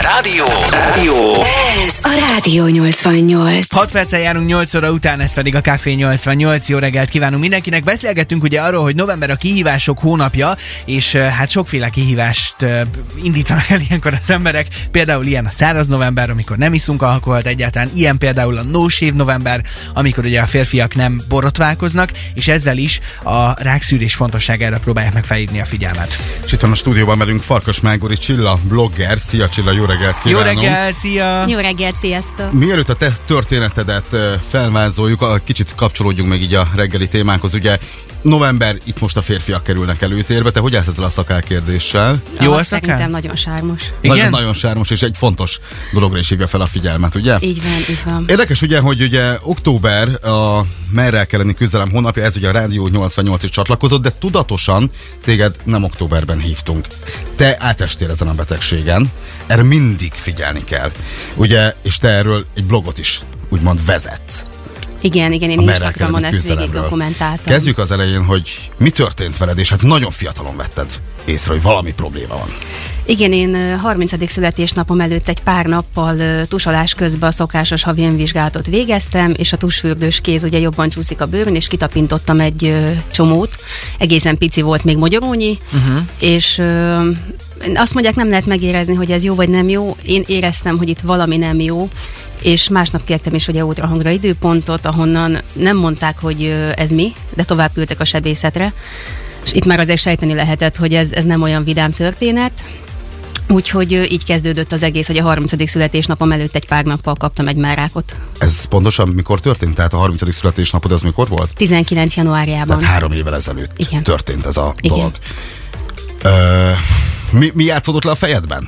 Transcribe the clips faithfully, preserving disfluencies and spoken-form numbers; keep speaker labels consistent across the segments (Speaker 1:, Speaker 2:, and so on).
Speaker 1: Rádió. Rádió.
Speaker 2: Ez a Rádió nyolcvannyolc.
Speaker 3: hat perccel járunk nyolc óra után, ez pedig a Café nyolcvannyolc. Jó reggelt kívánunk mindenkinek. Beszélgettünk ugye arról, hogy november a kihívások hónapja, és hát sokféle kihívást indítanak el ilyenkor az emberek. Például ilyen a száraz november, amikor nem iszunk alkoholt egyáltalán. Ilyen például a no shave november, amikor ugye a férfiak nem borotválkoznak, és ezzel is a rákszűrés fontosságára próbálják meg felhívni a figyelmet.
Speaker 4: És itt van a stúdióban velünk Farkas Mágori Csilla, blogger. Szia Csilla, jó reggelt kívánunk!
Speaker 3: Jó reggelt, szia!
Speaker 5: Jó reggelt, sziasztok!
Speaker 4: Mielőtt a te történetedet felvázoljuk, kicsit kapcsolódjunk meg így a reggeli témánkhoz. Ugye november, itt most a férfiak kerülnek előtérbe. Te hogy állsz ezzel a szakálkérdéssel?
Speaker 3: Jó
Speaker 5: ah,
Speaker 3: a szakál?
Speaker 5: Szerintem nagyon sármos.
Speaker 4: Nagyon-nagyon sármos, és egy fontos dologra is hívja fel a figyelmet, ugye?
Speaker 5: Így van, így van.
Speaker 4: Érdekes ugye, hogy ugye október a merrel kelleni küzdelem hónapja, ez ugye a Rádió nyolcvannyolc is csatlakozott, de tudatosan téged nem októberben hívtunk. Te átestél ezen a betegségen, erre mindig figyelni kell. Ugye, és te erről egy blogot is úgymond vezetsz.
Speaker 5: Igen, igen, én Instagramon ezt végig dokumentáltam.
Speaker 4: Kezdjük az elején, hogy mi történt veled, és hát nagyon fiatalon vetted észre, hogy valami probléma van.
Speaker 5: Igen, én harmincadik születésnapom előtt egy pár nappal tusolás közben a szokásos havi önvizsgálatot végeztem, és a tusfürdős kéz ugye jobban csúszik a bőrön, és kitapintottam egy ö, csomót. Egészen pici volt, még mogyorónyi, uh-huh. és ö, azt mondják, nem lehet megérezni, hogy ez jó vagy nem jó. Én éreztem, hogy itt valami nem jó, és másnap kértem is ugye ultrahangra időpontot, ahonnan nem mondták, hogy ez mi, de tovább küldtek a sebészetre. És itt már azért sejteni lehetett, hogy ez, ez nem olyan vidám történet. Úgyhogy így kezdődött az egész, hogy a harmincadik születésnapom előtt egy pár nappal kaptam egy mellrákot.
Speaker 4: Ez pontosan mikor történt? Tehát a harmincadik születésnapod az mikor volt?
Speaker 5: tizenkilenc januárjában.
Speaker 4: Tehát három évvel ezelőtt
Speaker 5: Igen.
Speaker 4: történt ez a
Speaker 5: Igen.
Speaker 4: dolog. Ö, mi, mi játszódott le a fejedben?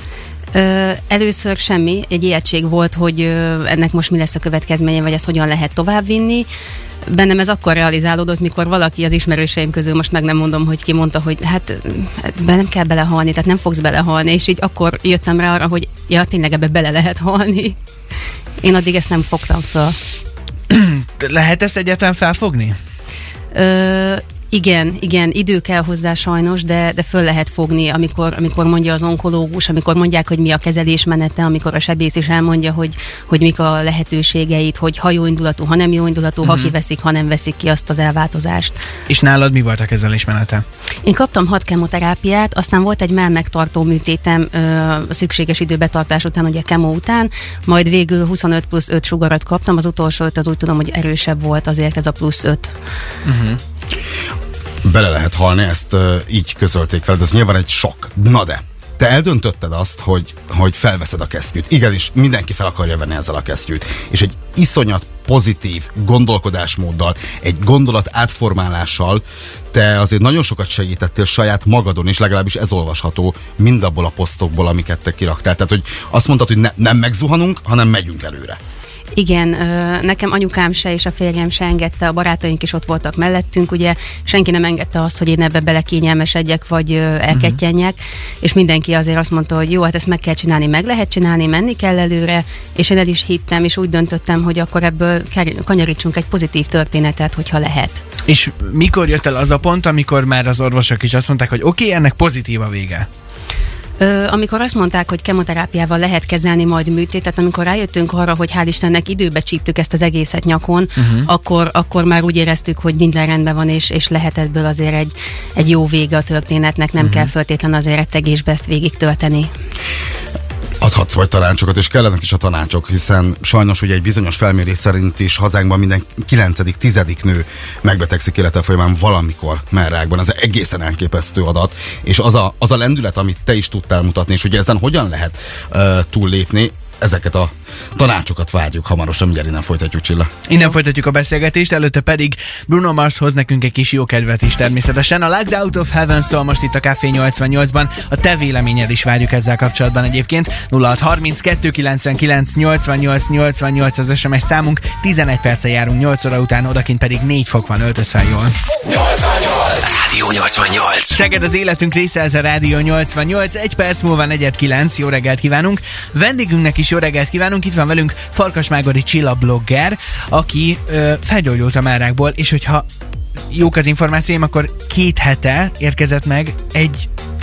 Speaker 5: Ö, először semmi, egy ijegység volt, hogy ö, ennek most mi lesz a következménye, vagy ezt hogyan lehet továbbvinni. Bennem ez akkor realizálódott, mikor valaki az ismerőseim közül, most meg nem mondom, hogy ki mondta, hogy hát be nem kell belehalni, tehát nem fogsz belehalni, és így akkor jöttem rá arra, hogy ja, tényleg ebbe bele lehet halni. Én addig ezt nem fogtam föl.
Speaker 3: Lehet ezt egyáltalán felfogni?
Speaker 5: Ö, Igen, igen, idő kell hozzá sajnos, de, de föl lehet fogni, amikor, amikor mondja az onkológus, amikor mondják, hogy mi a kezelésmenete, amikor a sebész is elmondja, hogy, hogy mik a lehetőségeit, hogy ha jó indulatú, ha nem jó indulatú, uh-huh. ha kiveszik, ha nem veszik ki azt az elváltozást.
Speaker 3: És nálad mi volt a kezelésmenete?
Speaker 5: Én kaptam hat kemoterápiát, aztán volt egy mellmegtartó műtétem ö, szükséges időbetartás után, ugye kemó után, majd végül huszonöt plusz öt sugarat kaptam, az utolsó öt az úgy tudom, hogy erősebb volt, azért ez a plusz öt.
Speaker 3: Uh-huh.
Speaker 4: Bele lehet halni, ezt uh, így közölték veled, ez nyilván egy sok. Na de, te eldöntötted azt, hogy, hogy felveszed a kesztyűt. Igenis, mindenki fel akarja venni ezzel a kesztyűt. És egy iszonyat pozitív gondolkodásmóddal, egy gondolat átformálással te azért nagyon sokat segítettél saját magadon, és legalábbis ez olvasható mindabból a posztokból, amiket te kiraktál. Tehát, hogy azt mondtad, hogy ne, nem megzuhanunk, hanem megyünk előre.
Speaker 5: Igen, nekem anyukám se és a férjem se engedte, a barátaink is ott voltak mellettünk, ugye senki nem engedte azt, hogy én ebbe belekényelmesedjek, vagy elkettyenjek, uh-huh. és mindenki azért azt mondta, hogy jó, hát ezt meg kell csinálni, meg lehet csinálni, menni kell előre, és én el is hittem, és úgy döntöttem, hogy akkor ebből kanyarítsunk egy pozitív történetet, hogyha lehet.
Speaker 3: És mikor jött el az a pont, amikor már az orvosok is azt mondták, hogy oké, okay, ennek pozitív a vége?
Speaker 5: Ö, amikor azt mondták, hogy kemoterápiával lehet kezelni majd műtétet, amikor rájöttünk arra, hogy hál' Istennek időbe csíptük ezt az egészet nyakon, uh-huh. akkor, akkor már úgy éreztük, hogy minden rendben van, és, és lehet ebből azért egy, egy jó vége a történetnek, nem uh-huh. kell feltétlen azért rettegésbe ezt végig tölteni.
Speaker 4: Adhatsz vagy tanácsokat, és kellenek is a tanácsok, hiszen sajnos ugye egy bizonyos felmérés szerint is hazánkban minden kilencedik, tizedik nő megbetegszik élete folyamán valamikor mellrákban. Ez egészen elképesztő adat, és az a, az a lendület, amit te is tudtál mutatni, és ugye ezen hogyan lehet uh, túllépni, ezeket a tanácsokat várjuk hamarosan, mindjárt innen folytatjuk, Csilla.
Speaker 3: Innen folytatjuk a beszélgetést, előtte pedig Bruno Mars hoz nekünk egy kis jó kedvet is természetesen. A Locked Out of Heaven szól most itt a Café nyolcvannyolcban. A te véleményed is várjuk ezzel kapcsolatban egyébként. nulla hat harminckettő kilencvenkilenc nyolcvannyolc nyolcvannyolc az es em es számunk. tizenegy perccel járunk nyolc óra után, odakint pedig négy fok van, öltöz fel jól.
Speaker 1: nyolcvannyolc Rádió nyolcvannyolc.
Speaker 3: Szeged az életünk része, ez a Rádió nyolcvannyolc. Egy perc múlva negyed kilenc. Jó reggelt kívánunk. Vendégünknek is jó reggelt kívánunk. Itt van velünk Farkas Mágori Csilla blogger, aki ö, felgyógyult a mellrákból, és hogyha jók az információim, akkor két hete érkezett meg egy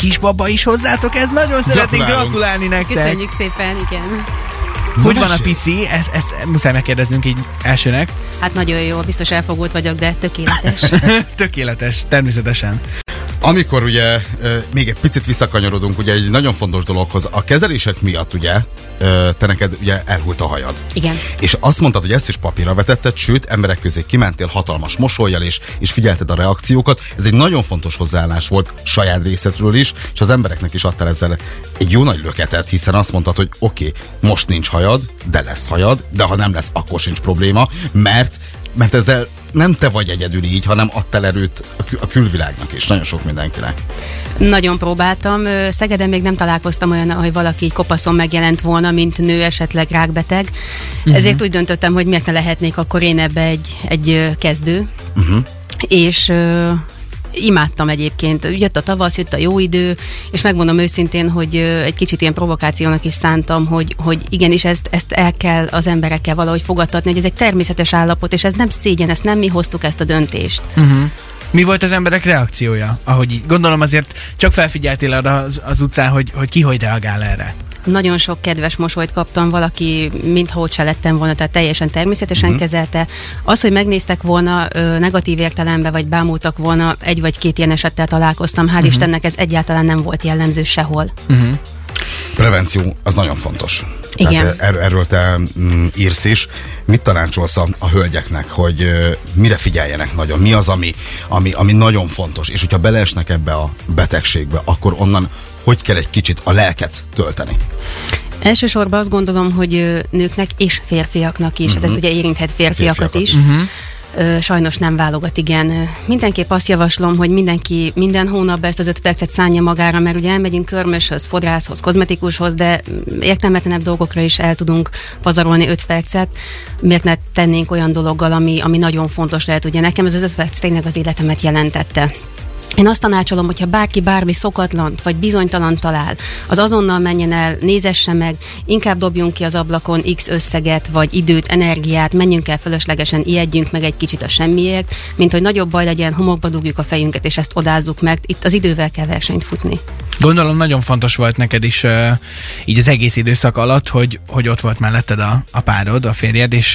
Speaker 3: kisbaba is hozzátok, ez nagyon szeretnénk gratulálni nektek.
Speaker 5: Köszönjük szépen, igen.
Speaker 3: Hogy van a pici? Ezt, ezt muszáj megkérdeznünk így elsőnek.
Speaker 5: Hát nagyon jó, biztos elfogult vagyok, de tökéletes.
Speaker 3: Tökéletes, természetesen.
Speaker 4: Amikor ugye e, még egy picit visszakanyarodunk, ugye egy nagyon fontos dologhoz, a kezelések miatt ugye e, te neked ugye elhult a hajad.
Speaker 5: Igen.
Speaker 4: És azt mondtad, hogy ezt is papírra vetetted, sőt, emberek közé kimentél hatalmas mosollyal, és, és figyelted a reakciókat. Ez egy nagyon fontos hozzáállás volt saját részedről is, és az embereknek is adtál ezzel egy jó nagy löketet, hiszen azt mondtad, hogy oké, okay, most nincs hajad, de lesz hajad, de ha nem lesz, akkor sincs probléma, mert mert ezzel nem te vagy egyedül így, hanem adtál erőt a, kül- a külvilágnak is, nagyon sok mindenkinek.
Speaker 5: Nagyon próbáltam. Szegeden még nem találkoztam olyan, hogy valaki kopaszon megjelent volna, mint nő, esetleg rákbeteg. Uh-huh. Ezért úgy döntöttem, hogy miért ne lehetnék akkor én ebbe egy, egy kezdő. Uh-huh. És uh, imádtam egyébként. Jött a tavasz, jött a jó idő, és megmondom őszintén, hogy egy kicsit ilyen provokációnak is szántam, hogy, hogy igenis ezt, ezt el kell az emberekkel valahogy fogadtatni, hogy ez egy természetes állapot, és ez nem szégyen, ezt nem mi hoztuk ezt a döntést.
Speaker 3: Uh-huh. Mi volt az emberek reakciója? Ahogy így, gondolom azért csak felfigyeltél arra az, az utcán, hogy, hogy ki hogy reagál erre.
Speaker 5: Nagyon sok kedves mosolyt kaptam, valaki mintha ott se lettem volna, tehát teljesen természetesen uh-huh. kezelte. Az, hogy megnéztek volna ö, negatív értelemben, vagy bámultak volna, egy vagy két ilyen esettel találkoztam. Hál' uh-huh. Istennek ez egyáltalán nem volt jellemző sehol.
Speaker 3: Uh-huh.
Speaker 4: Prevenció, az nagyon fontos.
Speaker 5: Igen.
Speaker 4: Tehát er, erről te mm, írsz is. Mit tanácsolsz a, a hölgyeknek, hogy uh, mire figyeljenek nagyon? Mi az, ami, ami, ami nagyon fontos? És hogyha beleesnek ebbe a betegségbe, akkor onnan hogy kell egy kicsit a lelket tölteni?
Speaker 5: Elsősorban azt gondolom, hogy nőknek és férfiaknak is, uh-huh. hát ez ugye érinthet férfiakat, férfiakat is. Uh-huh. Sajnos nem válogat, igen. Mindenképp azt javaslom, hogy mindenki minden hónapban ezt az öt percet szánja magára, mert ugye elmegyünk körmöshöz, fodrászhoz, kozmetikushoz, de értelmetlenebb dolgokra is el tudunk pazarolni öt percet. Miért ne tennénk olyan dologgal, ami, ami nagyon fontos lehet. Ugye nekem ez az öt perc tényleg az életemet jelentette. Én azt tanácsolom, hogyha bárki bármi szokatlant vagy bizonytalan talál, az azonnal menjen el, nézesse meg, inkább dobjunk ki az ablakon X összeget, vagy időt, energiát, menjünk el fölöslegesen, ijedjünk meg egy kicsit a semmiért, mint hogy nagyobb baj legyen, homokba dugjuk a fejünket, és ezt odázzuk meg. Itt az idővel kell versenyt futni.
Speaker 3: Gondolom nagyon fontos volt neked is uh, így az egész időszak alatt, hogy, hogy ott volt melletted a, a párod, a férjed, és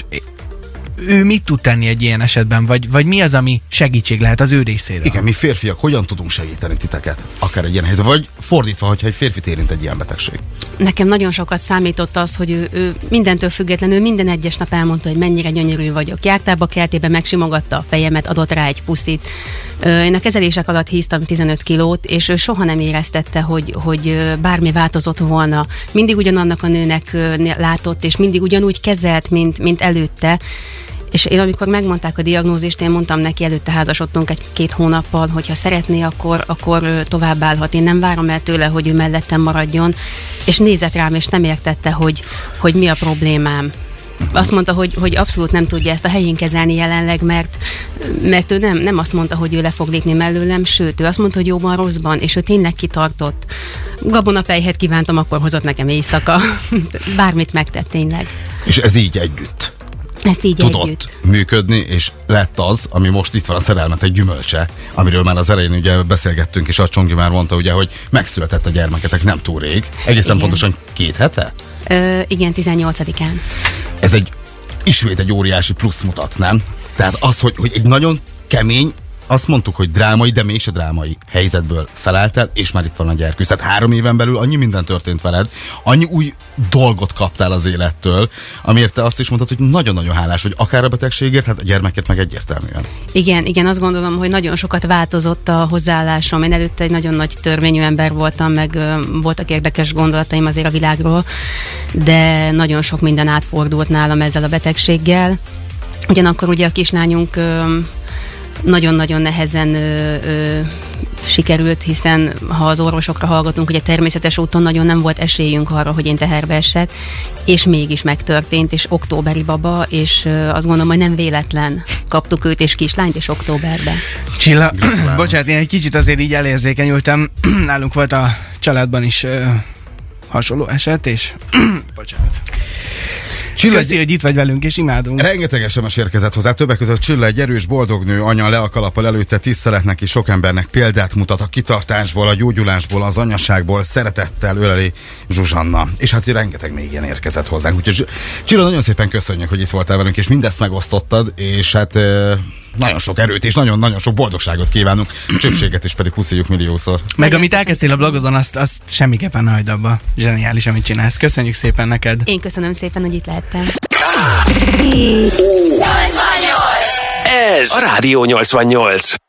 Speaker 3: ő mit tud tenni egy ilyen esetben, vagy, vagy mi az, ami segítség lehet az ő részéről?
Speaker 4: Igen, mi férfiak hogyan tudunk segíteni titeket, akár egy ilyen helyzetben, vagy fordítva, hogyha egy férfit érint egy ilyen betegség?
Speaker 5: Nekem nagyon sokat számított az, hogy ő, ő mindentől függetlenül minden egyes nap elmondta, hogy mennyire gyönyörű vagyok. Jártába, kertében megsimogatta a fejemet, adott rá egy puszit. Én a kezelések alatt híztam tizenöt kilót, és ő soha nem éreztette, hogy, hogy bármi változott volna. Mindig ugyanannak a nőnek látott, és mindig ugyanúgy kezelt, mint, mint előtte. És én amikor megmondták a diagnózist, én mondtam neki, előtte házasodtunk egy-két hónappal, hogyha szeretné, akkor, akkor tovább állhat. Én nem várom el tőle, hogy ő mellettem maradjon. És nézett rám, és nem értette, hogy, hogy mi a problémám. Azt mondta, hogy, hogy abszolút nem tudja ezt a helyén kezelni jelenleg, mert, mert ő nem, nem azt mondta, hogy ő le fog lépni mellőlem, sőt, ő azt mondta, hogy jóban, rosszban, és ő tényleg kitartott. Gabonapelyhet kívántam, akkor hozott nekem éjszaka. Bármit megtett tényleg.
Speaker 4: És ez így együtt?
Speaker 5: Ezt így
Speaker 4: tudott
Speaker 5: együtt
Speaker 4: működni, és lett az, ami most itt van, a szerelmet egy gyümölcse, amiről már az elején ugye beszélgettünk, és a Csongi már mondta ugye, hogy megszületett a gyermeketek nem túl rég, egészen igen. Pontosan két hete?
Speaker 5: Ö, igen, tizennyolcadikán.
Speaker 4: Ez egy ismét egy óriási plusz mutat, nem? Tehát az, hogy, hogy egy nagyon kemény, azt mondtuk, hogy drámai, de mégse drámai helyzetből felálltál, és már itt van a gyerkőc. Tehát három éven belül annyi minden történt veled, annyi új dolgot kaptál az élettől, amiért te azt is mondtad, hogy nagyon-nagyon hálás, hogy akár a betegségért, hát a gyermeket meg egyértelműen.
Speaker 5: Igen, igen, azt gondolom, hogy nagyon sokat változott a hozzáállásom. Én előtte egy nagyon nagy törvényű ember voltam, meg ö, voltak érdekes gondolataim azért a világról, de nagyon sok minden átfordult nálam ezzel a betegséggel. Ugyanakkor ugye a kislányunk ö, nagyon-nagyon nehezen ö, ö, sikerült, hiszen ha az orvosokra hallgatunk, ugye természetes úton nagyon nem volt esélyünk arra, hogy én teherbe essek, és mégis megtörtént, és októberi baba, és ö, azt gondolom, hogy nem véletlen kaptuk őt és kislányt, és októberben.
Speaker 3: Csilla, bocsánat, én egy kicsit azért így elérzékenyültem. Nálunk volt a családban is ö, hasonló eset, és bocsánat.
Speaker 4: Csilla,
Speaker 3: Köszi, hogy itt vagy velünk, és imádunk.
Speaker 4: rengeteg es em es érkezett hozzá, többek között Csilla egy erős, boldog nő, anya le a kalappal előtte, tisztelet neki, sok embernek példát mutat a kitartásból, a gyógyulásból, az anyaságból, szeretettel öleli Zsuzsanna. És hát rengeteg még ilyen érkezett hozzánk. Úgyhogy Csilla, nagyon szépen köszönjük, hogy itt voltál velünk, és mindezt megosztottad, és hát nagyon sok erőt és nagyon-nagyon sok boldogságot kívánunk. Csöpséget is pedig pusziljuk milliószor.
Speaker 3: Meg amit elkezdtél a blogodon, azt, azt semmiképpen ne hagyd abba. Zseniális, amit csinálsz. Köszönjük szépen neked.
Speaker 5: Én köszönöm szépen, hogy itt lehettem.
Speaker 1: Ez a Rádió nyolcvannyolc.